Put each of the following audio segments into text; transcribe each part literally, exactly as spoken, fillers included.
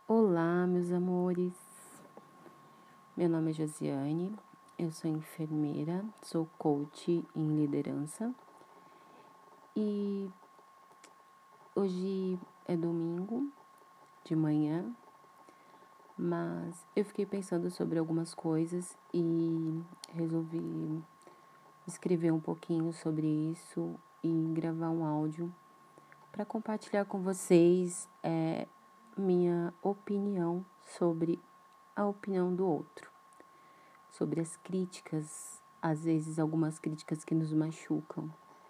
Olá, meus amores. Meu nome é Josiane, eu sou enfermeira, sou coach em liderança e hoje é domingo de manhã, mas eu fiquei pensando sobre algumas coisas e resolvi escrever um pouquinho sobre isso e gravar um áudio para compartilhar com vocês é, minha opinião sobre a opinião do outro. Sobre as críticas, às vezes algumas críticas que nos machucam.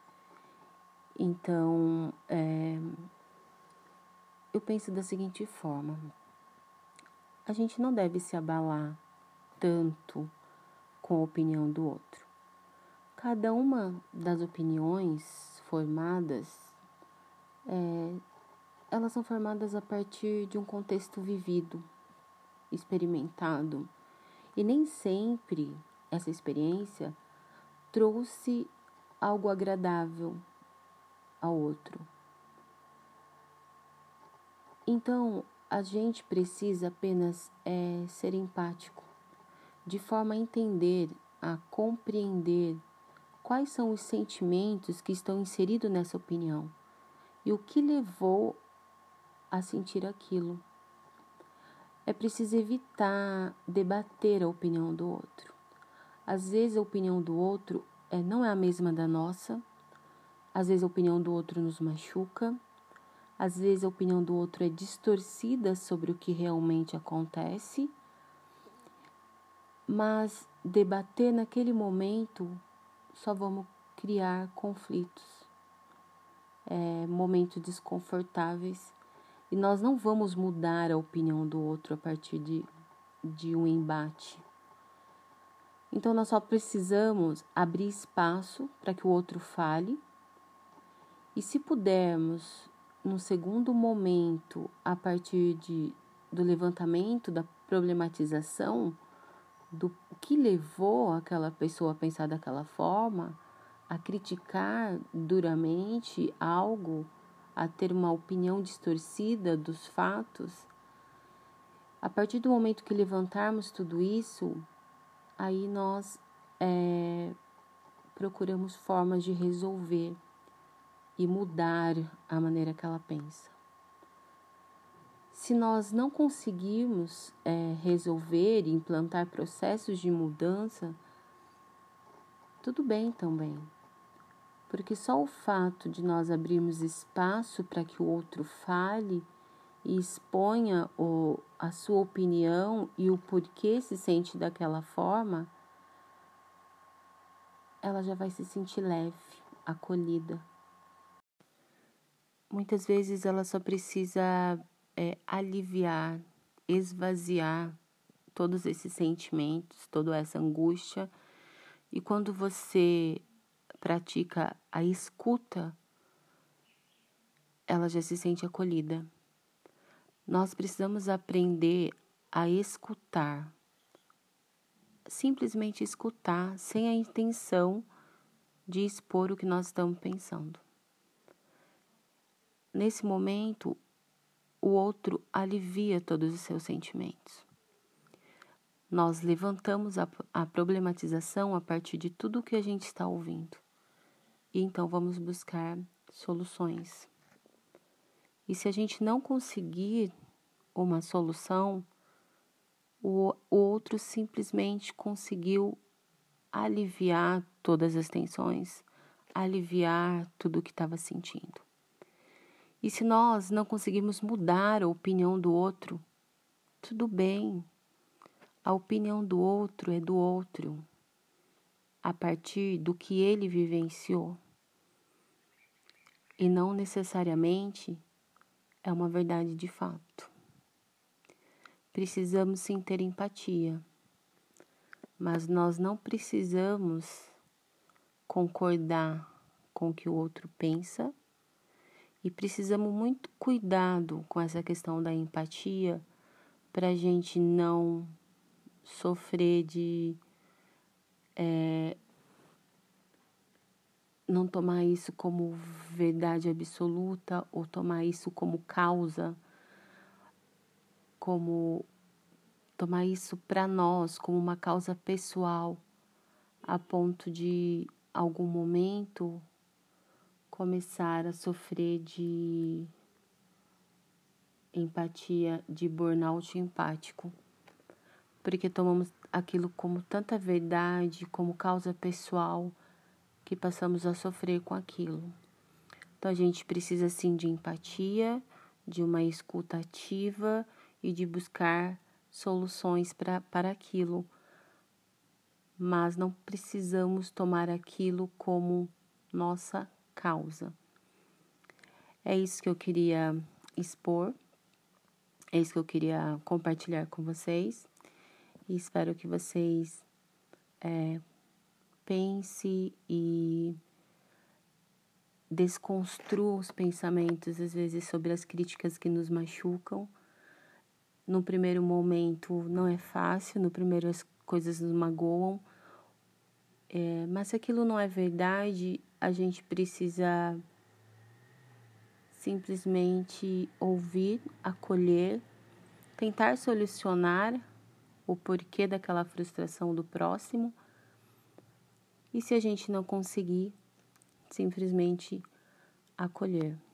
Então, é, eu penso da seguinte forma: a gente não deve se abalar tanto com a opinião do outro. Cada uma das opiniões formadas, é, elas são formadas a partir de um contexto vivido, experimentado, e nem sempre essa experiência trouxe algo agradável ao outro. Então, a gente precisa apenas é, ser empático, de forma a entender, a compreender quais são os sentimentos que estão inseridos nessa opinião e o que levou a sentir aquilo. É preciso evitar debater a opinião do outro. Às vezes a opinião do outro é, não é a mesma da nossa, às vezes a opinião do outro nos machuca, às vezes a opinião do outro é distorcida sobre o que realmente acontece, mas debater naquele momento só vamos criar conflitos, é, momentos desconfortáveis, e nós não vamos mudar a opinião do outro a partir de, de um embate. Então nós só precisamos abrir espaço para que o outro fale, e se pudermos, no segundo momento, a partir de, do levantamento, da problematização, do que levou aquela pessoa a pensar daquela forma, a criticar duramente algo, a ter uma opinião distorcida dos fatos, a partir do momento que levantarmos tudo isso, aí nós é, procuramos formas de resolver e mudar a maneira que ela pensa. Se nós não conseguirmos é, resolver e implantar processos de mudança, tudo bem também. Porque só o fato de nós abrirmos espaço para que o outro fale e exponha o, a sua opinião e o porquê se sente daquela forma, ela já vai se sentir leve, acolhida. Muitas vezes ela só precisa é, aliviar, esvaziar todos esses sentimentos, toda essa angústia. E quando você pratica a escuta, ela já se sente acolhida. Nós precisamos aprender a escutar. Simplesmente escutar, sem a intenção de expor o que nós estamos pensando. Nesse momento, o outro alivia todos os seus sentimentos. Nós levantamos a, a problematização a partir de tudo o que a gente está ouvindo. E então vamos buscar soluções. E se a gente não conseguir uma solução, o, o outro simplesmente conseguiu aliviar todas as tensões, aliviar tudo o que estava sentindo. E se nós não conseguirmos mudar a opinião do outro, tudo bem. A opinião do outro é do outro, a partir do que ele vivenciou. E não necessariamente é uma verdade de fato. Precisamos sim ter empatia, mas nós não precisamos concordar com o que o outro pensa e precisamos muito cuidado com essa questão da empatia para a gente não sofrer de é, não tomar isso como verdade absoluta ou tomar isso como causa, como tomar isso para nós como uma causa pessoal, a ponto de algum momento começar a sofrer de empatia, de burnout empático, porque tomamos aquilo como tanta verdade, como causa pessoal, que passamos a sofrer com aquilo. Então a gente precisa sim de empatia, de uma escuta ativa e de buscar soluções pra, para aquilo, mas não precisamos tomar aquilo como nossa causa. É isso que eu queria expor, é isso que eu queria compartilhar com vocês, e espero que vocês é, pensem e desconstruam os pensamentos, às vezes, sobre as críticas que nos machucam. No primeiro momento não é fácil, no primeiro as coisas nos magoam, é, mas se aquilo não é verdade, a gente precisa simplesmente ouvir, acolher, tentar solucionar o porquê daquela frustração do próximo, e se a gente não conseguir, simplesmente acolher.